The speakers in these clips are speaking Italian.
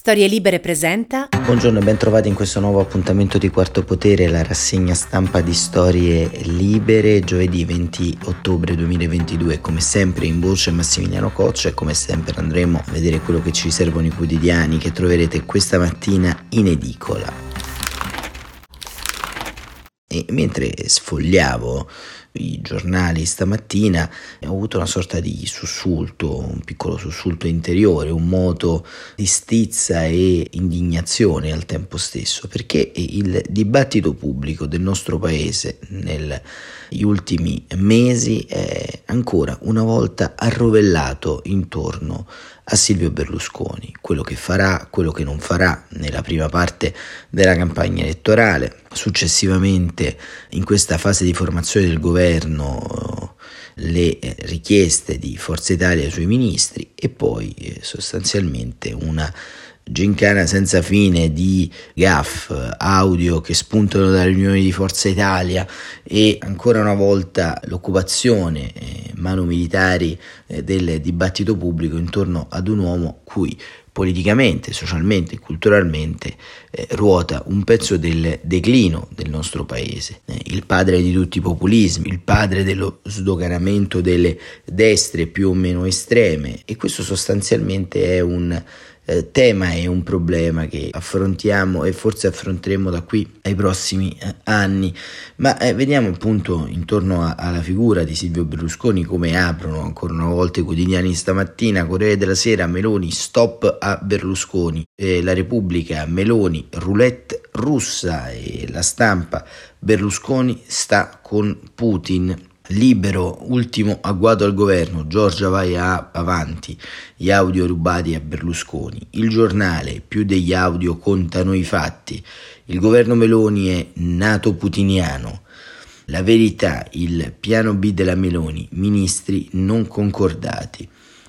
Storie Libere presenta. Buongiorno e ben trovati in questo nuovo appuntamento di Quarto Potere, la rassegna stampa di Storie Libere, giovedì 20 ottobre 2022. Come sempre in voce Massimiliano Coccia e come sempre andremo a vedere quello che ci riservano i quotidiani che troverete questa mattina in edicola. E mentre sfogliavo i giornali stamattina ho avuto una sorta di sussulto, un piccolo sussulto interiore, un moto di stizza e indignazione al tempo stesso, perché il dibattito pubblico del nostro paese negli ultimi mesi è ancora una volta arrovellato intorno a Silvio Berlusconi, quello che farà, quello che non farà nella prima parte della campagna elettorale, successivamente in questa fase di formazione del governo le richieste di Forza Italia ai suoi ministri e poi sostanzialmente una gincana senza fine di gaffe, audio che spuntano dalle riunioni di Forza Italia e ancora una volta l'occupazione mano militari del dibattito pubblico intorno ad un uomo cui politicamente, socialmente e culturalmente ruota un pezzo del declino del nostro paese, il padre di tutti i populismi, il padre dello sdoganamento delle destre più o meno estreme, e questo sostanzialmente è un tema e un problema che affrontiamo e forse affronteremo da qui ai prossimi anni, ma vediamo appunto intorno alla figura di Silvio Berlusconi come aprono ancora una volta i quotidiani stamattina. Corriere della Sera: Meloni, stop a Berlusconi, La Repubblica: Meloni, roulette russa, e La Stampa: Berlusconi sta con Putin. Libero: ultimo agguato al governo, Giorgia vai avanti, gli audio rubati a Berlusconi. Il Giornale: più degli audio contano i fatti, il governo Meloni è nato putiniano. La Verità: il piano B della Meloni, ministri non concordati.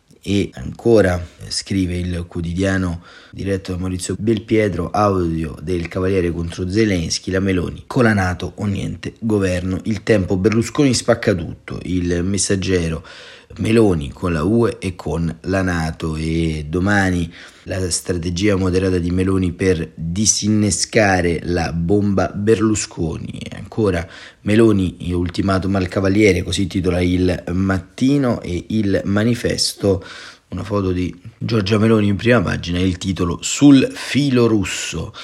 E ancora scrive il quotidiano diretto da Maurizio Belpietro: audio del Cavaliere contro Zelensky, la Meloni con la NATO o niente governo. Il Tempo: Berlusconi spacca tutto. Il Messaggero: Meloni con la UE e con la NATO. E Domani: la strategia moderata di Meloni per disinnescare la bomba Berlusconi. E ancora Meloni, ultimatum al Cavaliere, così titola Il Mattino. E il Manifesto: una foto di Giorgia Meloni in prima pagina e il titolo Sul filo russo.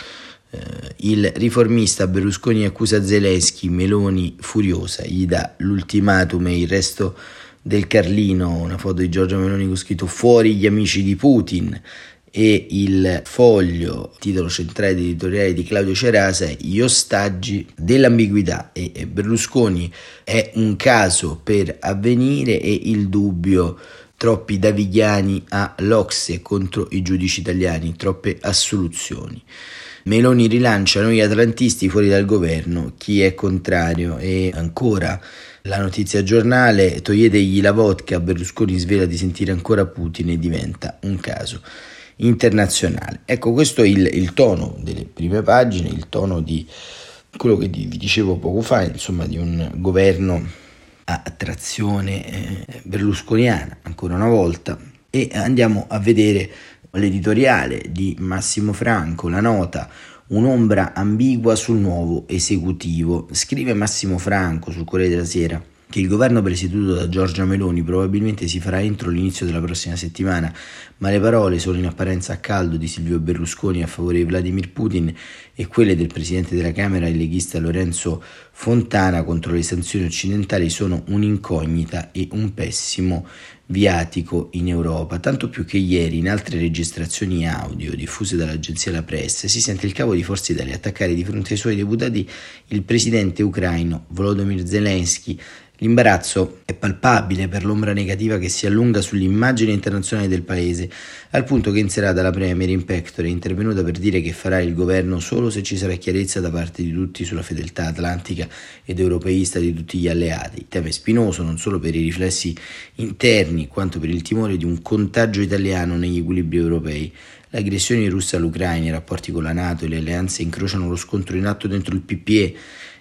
Il Riformista: Berlusconi accusa Zelensky, Meloni furiosa, gli dà l'ultimatum. E il Resto del Carlino, una foto di Giorgia Meloni con scritto fuori gli amici di Putin. E il Foglio, titolo centrale editoriale di Claudio Cerasa, è gli ostaggi dell'ambiguità, e Berlusconi è un caso per Avvenire. E il Dubbio: troppi davidiani all'Ocse contro i giudici italiani, troppe assoluzioni. Meloni rilancia noi atlantisti fuori dal governo, chi è contrario. E ancora La Notizia Giornale: toglietegli la vodka, Berlusconi svela di sentire ancora Putin e diventa un caso internazionale. Ecco, questo è il tono delle prime pagine, il tono di quello che vi dicevo poco fa, insomma, di un governo a trazione berlusconiana ancora una volta. E andiamo a vedere l'editoriale di Massimo Franco, La Nota: un'ombra ambigua sul nuovo esecutivo. Scrive Massimo Franco sul Corriere della Sera che il governo presieduto da Giorgia Meloni probabilmente si farà entro l'inizio della prossima settimana, ma le parole, solo in apparenza a caldo, di Silvio Berlusconi a favore di Vladimir Putin e quelle del presidente della Camera, il leghista Lorenzo Fontana, contro le sanzioni occidentali sono un'incognita e un pessimo viatico in Europa, tanto più che ieri in altre registrazioni audio diffuse dall'agenzia La Press si sente il capo di Forza Italia attaccare di fronte ai suoi deputati il presidente ucraino Volodymyr Zelensky. L'imbarazzo è palpabile per l'ombra negativa che si allunga sull'immagine internazionale del paese, al punto che in serata la Premier in pectore è intervenuta per dire che farà il governo solo se ci sarà chiarezza da parte di tutti sulla fedeltà atlantica ed europeista di tutti gli alleati. Tema spinoso non solo per i riflessi interni quanto per il timore di un contagio italiano negli equilibri europei. L'aggressione russa all'Ucraina, i rapporti con la NATO e le alleanze incrociano lo scontro in atto dentro il PPE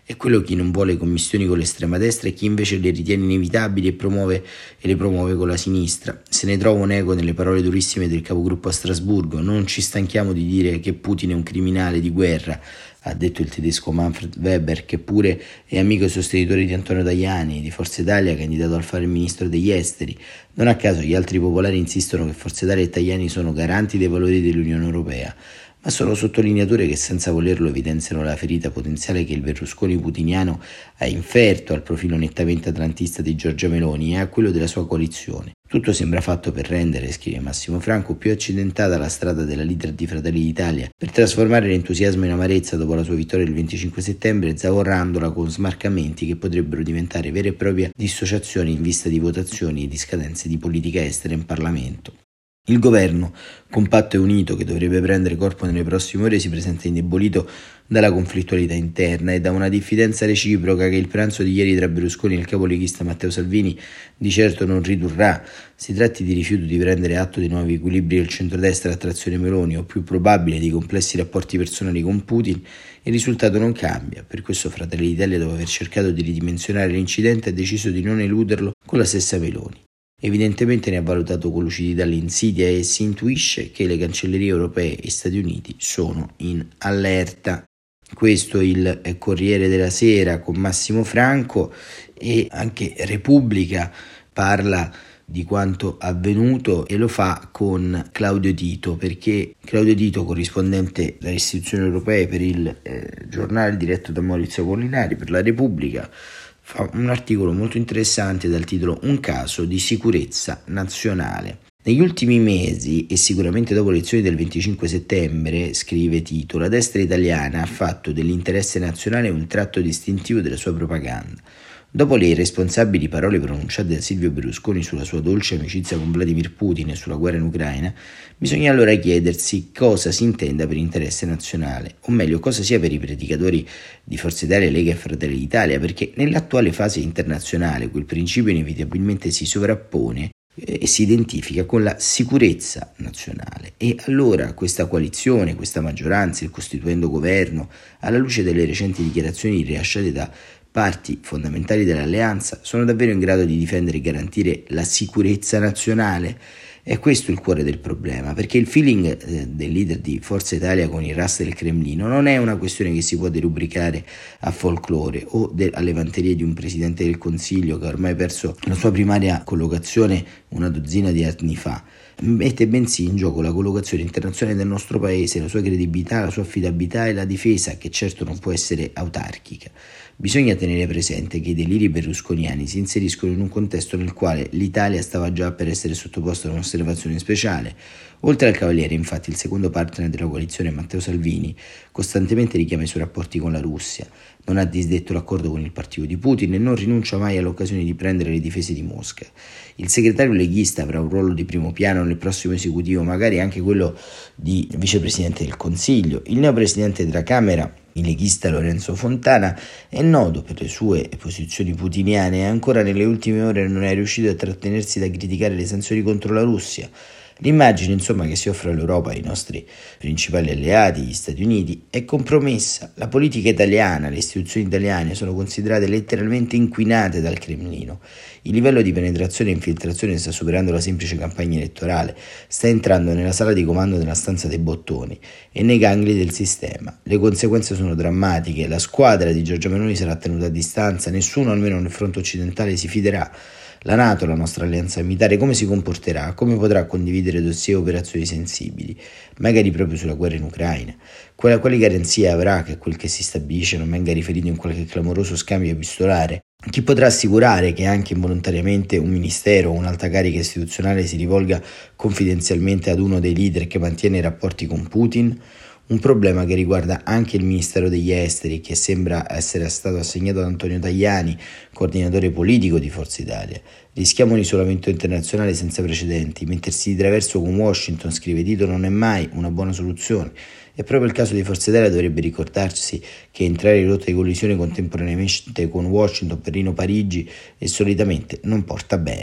è quello chi non vuole commistioni con l'estrema destra e chi invece le ritiene inevitabili e le promuove con la sinistra. Se ne trova un eco nelle parole durissime del capogruppo a Strasburgo: non ci stanchiamo di dire che Putin è un criminale di guerra, ha detto il tedesco Manfred Weber, che pure è amico e sostenitore di Antonio Tajani, di Forza Italia, candidato a fare il ministro degli esteri. Non a caso gli altri popolari insistono che Forza Italia e Tajani sono garanti dei valori dell'Unione Europea, ma sono sottolineature che senza volerlo evidenziano la ferita potenziale che il Berlusconi putiniano ha inferto al profilo nettamente atlantista di Giorgia Meloni e a quello della sua coalizione. Tutto sembra fatto per rendere, scrive Massimo Franco, più accidentata la strada della leader di Fratelli d'Italia, per trasformare l'entusiasmo in amarezza dopo la sua vittoria il 25 settembre, zavorrandola con smarcamenti che potrebbero diventare vere e proprie dissociazioni in vista di votazioni e di scadenze di politica estera in Parlamento. Il governo, compatto e unito, che dovrebbe prendere corpo nelle prossime ore, si presenta indebolito dalla conflittualità interna e da una diffidenza reciproca che il pranzo di ieri tra Berlusconi e il capoleghista Matteo Salvini di certo non ridurrà. Si tratti di rifiuto di prendere atto dei nuovi equilibri del centrodestra a trazione Meloni o più probabile dei complessi rapporti personali con Putin, il risultato non cambia. Per questo Fratelli d'Italia, dopo aver cercato di ridimensionare l'incidente, ha deciso di non eluderlo con la stessa Meloni. Evidentemente ne ha valutato con lucidità l'insidia e si intuisce che le cancellerie europee e Stati Uniti sono in allerta. Questo il Corriere della Sera con Massimo Franco, e anche Repubblica parla di quanto avvenuto e lo fa con Claudio Tito, perché Claudio Tito, corrispondente dalle istituzioni europee per il giornale diretto da Maurizio Pollinari per la Repubblica, fa un articolo molto interessante dal titolo "Un caso di sicurezza nazionale". Negli ultimi mesi, e sicuramente dopo le elezioni del 25 settembre, scrive Tito, la destra italiana ha fatto dell'interesse nazionale un tratto distintivo della sua propaganda. Dopo le irresponsabili parole pronunciate da Silvio Berlusconi sulla sua dolce amicizia con Vladimir Putin e sulla guerra in Ucraina, bisogna allora chiedersi cosa si intenda per interesse nazionale, o meglio cosa sia per i predicatori di Forza Italia, Lega e Fratelli d'Italia, perché nell'attuale fase internazionale quel principio inevitabilmente si sovrappone e si identifica con la sicurezza nazionale. E allora questa coalizione, questa maggioranza, il costituendo governo, alla luce delle recenti dichiarazioni rilasciate da parti fondamentali dell'alleanza, sono davvero in grado di difendere e garantire la sicurezza nazionale? È questo il cuore del problema, perché il feeling del leader di Forza Italia con il RAS del Cremlino non è una questione che si può derubricare a folklore o alle vanterie di un presidente del Consiglio che ha ormai perso la sua primaria collocazione una dozzina di anni fa. Mette bensì in gioco la collocazione internazionale del nostro paese, la sua credibilità, la sua affidabilità e la difesa, che certo non può essere autarchica. Bisogna tenere presente che i deliri berlusconiani si inseriscono in un contesto nel quale l'Italia stava già per essere sottoposta a un'osservazione speciale. Oltre al Cavaliere, infatti, il secondo partner della coalizione, Matteo Salvini, costantemente richiama i suoi rapporti con la Russia, non ha disdetto l'accordo con il partito di Putin e non rinuncia mai all'occasione di prendere le difese di Mosca. Il segretario leghista avrà un ruolo di primo piano nel prossimo esecutivo, magari anche quello di vicepresidente del Consiglio. Il neopresidente della Camera, il leghista Lorenzo Fontana, è noto per le sue posizioni putiniane e ancora nelle ultime ore non è riuscito a trattenersi da criticare le sanzioni contro la Russia. L'immagine, insomma, che si offre all'Europa e ai nostri principali alleati, gli Stati Uniti, è compromessa. La politica italiana, le istituzioni italiane sono considerate letteralmente inquinate dal Cremlino. Il livello di penetrazione e infiltrazione sta superando la semplice campagna elettorale, sta entrando nella sala di comando della stanza dei bottoni e nei gangli del sistema. Le conseguenze sono drammatiche, la squadra di Giorgia Meloni sarà tenuta a distanza, nessuno, almeno nel fronte occidentale, si fiderà. La NATO, la nostra alleanza militare, come si comporterà? Come potrà condividere dossier e operazioni sensibili, magari proprio sulla guerra in Ucraina? Quali garanzie avrà che quel che si stabilisce non venga riferito in qualche clamoroso scambio epistolare? Chi potrà assicurare che anche involontariamente un ministero o un'alta carica istituzionale si rivolga confidenzialmente ad uno dei leader che mantiene i rapporti con Putin? Un problema che riguarda anche il Ministero degli Esteri, che sembra essere stato assegnato ad Antonio Tajani, coordinatore politico di Forza Italia. Rischiamo un isolamento internazionale senza precedenti. Mettersi di traverso con Washington, scrive Tito, non è mai una buona soluzione. E proprio il caso di Forza Italia dovrebbe ricordarsi che entrare in rotta di collisione contemporaneamente con Washington, Berlino, Parigi solitamente non porta bene.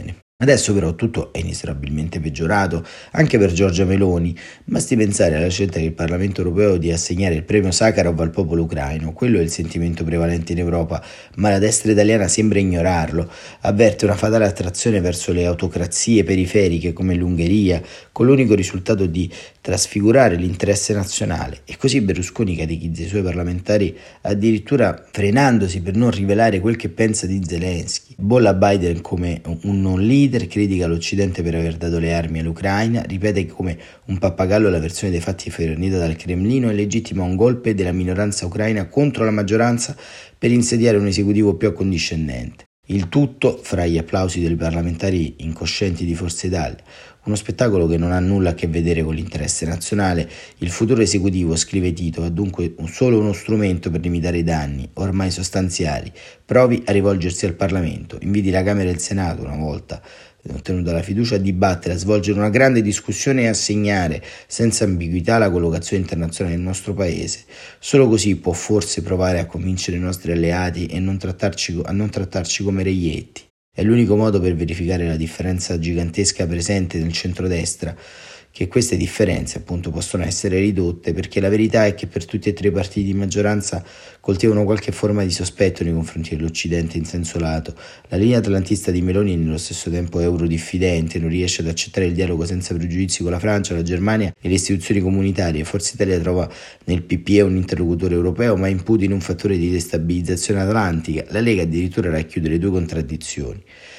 Adesso però tutto è inesorabilmente peggiorato, anche per Giorgia Meloni. Basti pensare alla scelta del Parlamento europeo di assegnare il premio Sakharov al popolo ucraino. Quello è il sentimento prevalente in Europa, ma la destra italiana sembra ignorarlo. Avverte una fatale attrazione verso le autocrazie periferiche come l'Ungheria, con l'unico risultato di trasfigurare l'interesse nazionale. E così Berlusconi catechizza i suoi parlamentari addirittura frenandosi per non rivelare quel che pensa di Zelensky. Bolla Biden come un non leader, critica l'Occidente per aver dato le armi all'Ucraina, ripete come un pappagallo la versione dei fatti fornita dal Cremlino e legittima un golpe della minoranza ucraina contro la maggioranza per insediare un esecutivo più accondiscendente. Il tutto fra gli applausi dei parlamentari incoscienti di Forza Italia. Uno spettacolo che non ha nulla a che vedere con l'interesse nazionale. Il futuro esecutivo, scrive Tito, è dunque solo uno strumento per limitare i danni, ormai sostanziali. Provi a rivolgersi al Parlamento, inviti la Camera e il Senato, una volta ottenuta la fiducia, a dibattere, a svolgere una grande discussione e assegnare senza ambiguità la collocazione internazionale del nostro paese. Solo così può forse provare a convincere i nostri alleati e a non trattarci come reietti. È l'unico modo per verificare la differenza gigantesca presente nel centrodestra, che queste differenze appunto possono essere ridotte, perché la verità è che per tutti e tre i partiti di maggioranza coltivano qualche forma di sospetto nei confronti dell'Occidente in senso lato. La linea atlantista di Meloni è nello stesso tempo eurodifidente, non riesce ad accettare il dialogo senza pregiudizi con la Francia, la Germania e le istituzioni comunitarie. Forza Italia trova nel PPE un interlocutore europeo, ma in Putin un fattore di destabilizzazione atlantica. La Lega addirittura racchiude le due contraddizioni.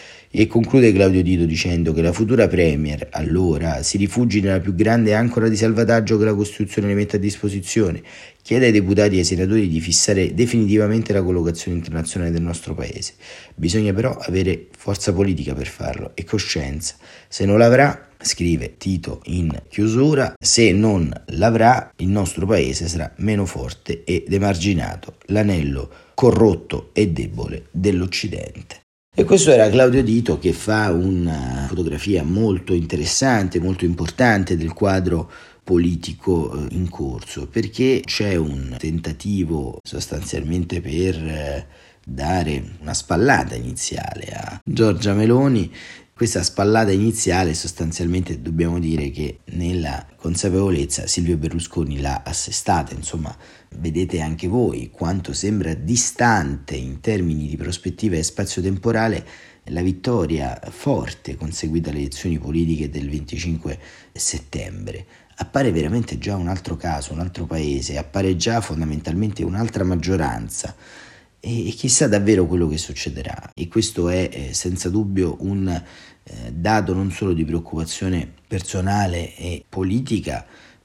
E conclude Claudio Tito dicendo che la futura Premier, allora, si rifugi nella più grande ancora di salvataggio che la Costituzione le mette a disposizione, chiede ai deputati e ai senatori di fissare definitivamente la collocazione internazionale del nostro Paese. Bisogna però avere forza politica per farlo e coscienza. Se non l'avrà, scrive Tito in chiusura, se non l'avrà il nostro Paese sarà meno forte ed emarginato, l'anello corrotto e debole dell'Occidente. E questo era Claudio Tito, che fa una fotografia molto interessante, molto importante del quadro politico in corso, perché c'è un tentativo sostanzialmente per dare una spallata iniziale a Giorgia Meloni. Questa spallata iniziale sostanzialmente dobbiamo dire che nella consapevolezza Silvio Berlusconi l'ha assestata, insomma vedete anche voi quanto sembra distante in termini di prospettiva e spazio-temporale la vittoria forte conseguita alle elezioni politiche del 25 settembre. Appare veramente già un altro caso, un altro paese, appare già fondamentalmente un'altra maggioranza. E chissà davvero quello che succederà. E questo è senza dubbio un dato non solo di preoccupazione personale e politica,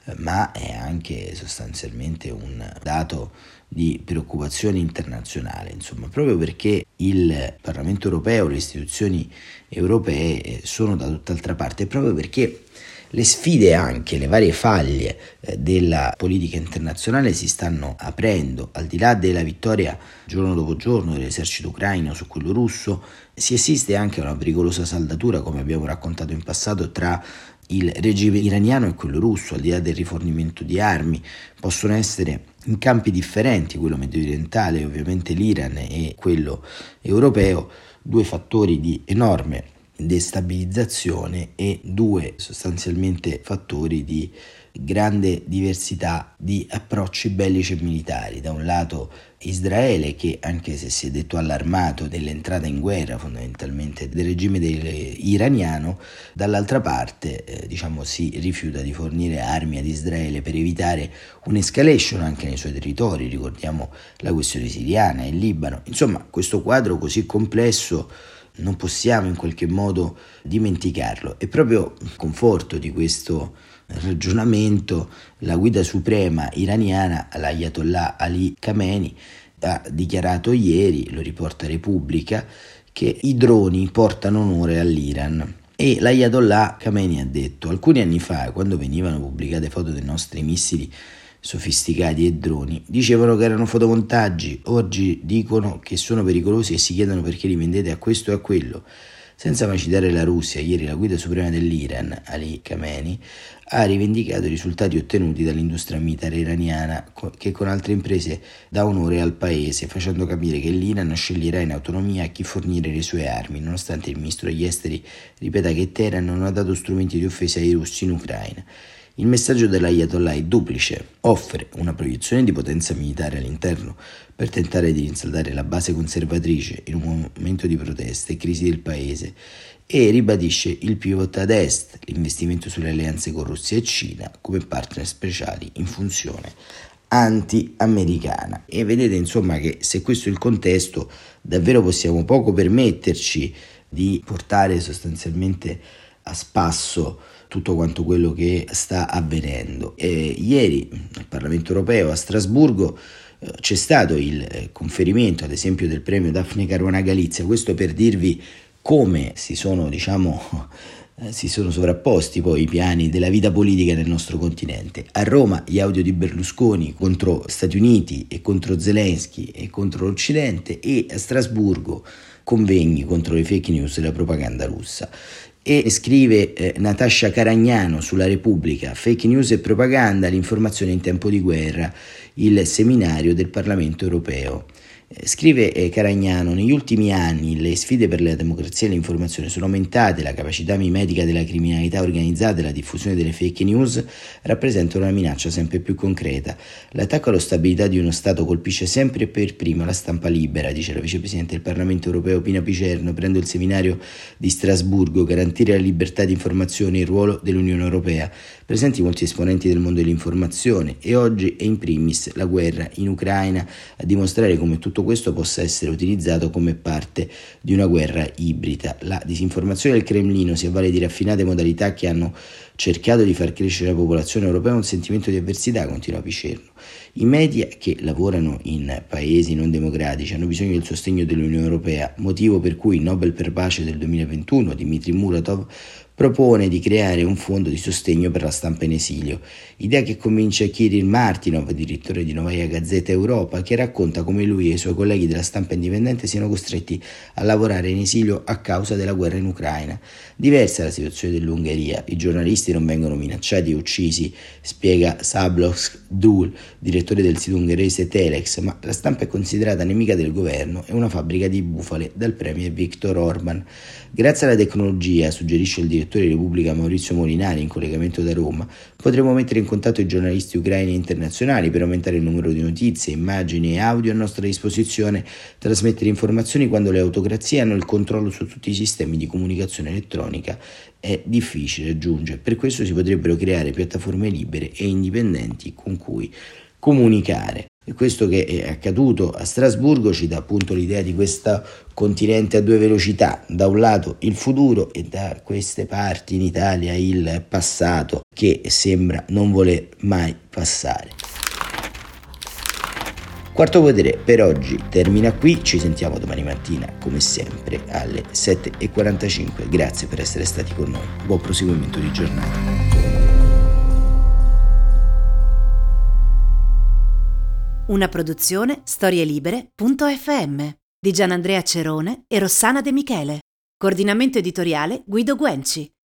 ma è anche sostanzialmente un dato di preoccupazione internazionale, insomma, proprio perché il Parlamento europeo, le istituzioni europee sono da tutt'altra parte, proprio perché le sfide, anche le varie faglie della politica internazionale si stanno aprendo. Al di là della vittoria giorno dopo giorno dell'esercito ucraino su quello russo, si assiste anche a una pericolosa saldatura, come abbiamo raccontato in passato, tra il regime iraniano e quello russo. Al di là del rifornimento di armi, possono essere in campi differenti, quello mediorientale, ovviamente l'Iran, e quello europeo, due fattori di enorme destabilizzazione e due sostanzialmente fattori di grande diversità di approcci bellici e militari. Da un lato Israele, che anche se si è detto allarmato dell'entrata in guerra fondamentalmente del regime iraniano, dall'altra parte si rifiuta di fornire armi ad Israele per evitare un'escalation anche nei suoi territori. Ricordiamo la questione siriana e il Libano. Insomma, questo quadro così complesso non possiamo in qualche modo dimenticarlo, e proprio il conforto di questo ragionamento la guida suprema iraniana, l'Ayatollah Ali Khamenei, ha dichiarato ieri, lo riporta Repubblica, che i droni portano onore all'Iran. E l'Ayatollah Khamenei ha detto: alcuni anni fa, quando venivano pubblicate foto dei nostri missili sofisticati e droni, dicevano che erano fotomontaggi, oggi dicono che sono pericolosi e si chiedono perché li vendete a questo e a quello. Senza mai citare la Russia, ieri la guida suprema dell'Iran, Ali Khamenei, ha rivendicato i risultati ottenuti dall'industria militare iraniana che con altre imprese dà onore al paese, facendo capire che l'Iran sceglierà in autonomia a chi fornire le sue armi, nonostante il ministro degli esteri ripeta che Teheran non ha dato strumenti di offesa ai russi in Ucraina. Il messaggio dell'Ayatollah è duplice: offre una proiezione di potenza militare all'interno per tentare di rinsaldare la base conservatrice in un momento di proteste e crisi del paese, e ribadisce il pivot ad est, l'investimento sulle alleanze con Russia e Cina come partner speciali in funzione anti-americana. E vedete insomma che se questo è il contesto, davvero possiamo poco permetterci di portare sostanzialmente a spasso tutto quanto quello che sta avvenendo. Ieri al Parlamento europeo a Strasburgo c'è stato il conferimento ad esempio del premio Daphne Caruana Galizia, questo per dirvi come si sono sovrapposti poi i piani della vita politica nel nostro continente. A Roma gli audio di Berlusconi contro Stati Uniti e contro Zelensky e contro l'Occidente, e a Strasburgo convegni contro le fake news e la propaganda russa. E scrive Natascia Caragnano sulla Repubblica: fake news e propaganda, l'informazione in tempo di guerra, il seminario del Parlamento europeo. Scrive Caragnano: negli ultimi anni le sfide per la democrazia e l'informazione sono aumentate, la capacità mimetica della criminalità organizzata e la diffusione delle fake news rappresentano una minaccia sempre più concreta. L'attacco alla stabilità di uno Stato colpisce sempre per prima la stampa libera, dice la vicepresidente del Parlamento europeo Pina Picerno, prendo il seminario di Strasburgo, garantire la libertà di informazione e il ruolo dell'Unione Europea. Presenti molti esponenti del mondo dell'informazione, e oggi è in primis la guerra in Ucraina a dimostrare come tutto questo possa essere utilizzato come parte di una guerra ibrida. La disinformazione del Cremlino si avvale di raffinate modalità che hanno cercato di far crescere la popolazione europea un sentimento di avversità, continua Picerno. I media che lavorano in paesi non democratici hanno bisogno del sostegno dell'Unione Europea, motivo per cui il Nobel per pace del 2021, Dmitry Muratov, propone di creare un fondo di sostegno per la stampa in esilio, idea che convince Kirill Martynov, direttore di Novaya Gazeta Europa, che racconta come lui e i suoi colleghi della stampa indipendente siano costretti a lavorare in esilio a causa della guerra in Ucraina. Diversa è la situazione dell'Ungheria, i giornalisti non vengono minacciati e uccisi, spiega Szabolcs Dul, direttore del sito ungherese Telex, ma la stampa è considerata nemica del governo e una fabbrica di bufale dal premier Viktor Orban. Grazie alla tecnologia, suggerisce il direttore di Repubblica Maurizio Molinari in collegamento da Roma, potremo mettere in contatto i giornalisti ucraini e internazionali per aumentare il numero di notizie, immagini e audio a nostra disposizione, trasmettere informazioni quando le autocrazie hanno il controllo su tutti i sistemi di comunicazione elettronica. È difficile, aggiunge, per questo si potrebbero creare piattaforme libere e indipendenti con cui comunicare. E questo che è accaduto a Strasburgo ci dà appunto l'idea di questo continente a due velocità: da un lato il futuro e da queste parti in Italia il passato che sembra non voler mai passare. Quarto Potere per oggi termina qui, ci sentiamo domani mattina come sempre alle 7:45. Grazie per essere stati con noi, buon proseguimento di giornata. Una produzione storielibere.fm di Gianandrea Cerone e Rossana De Michele. Coordinamento editoriale Guido Guenci.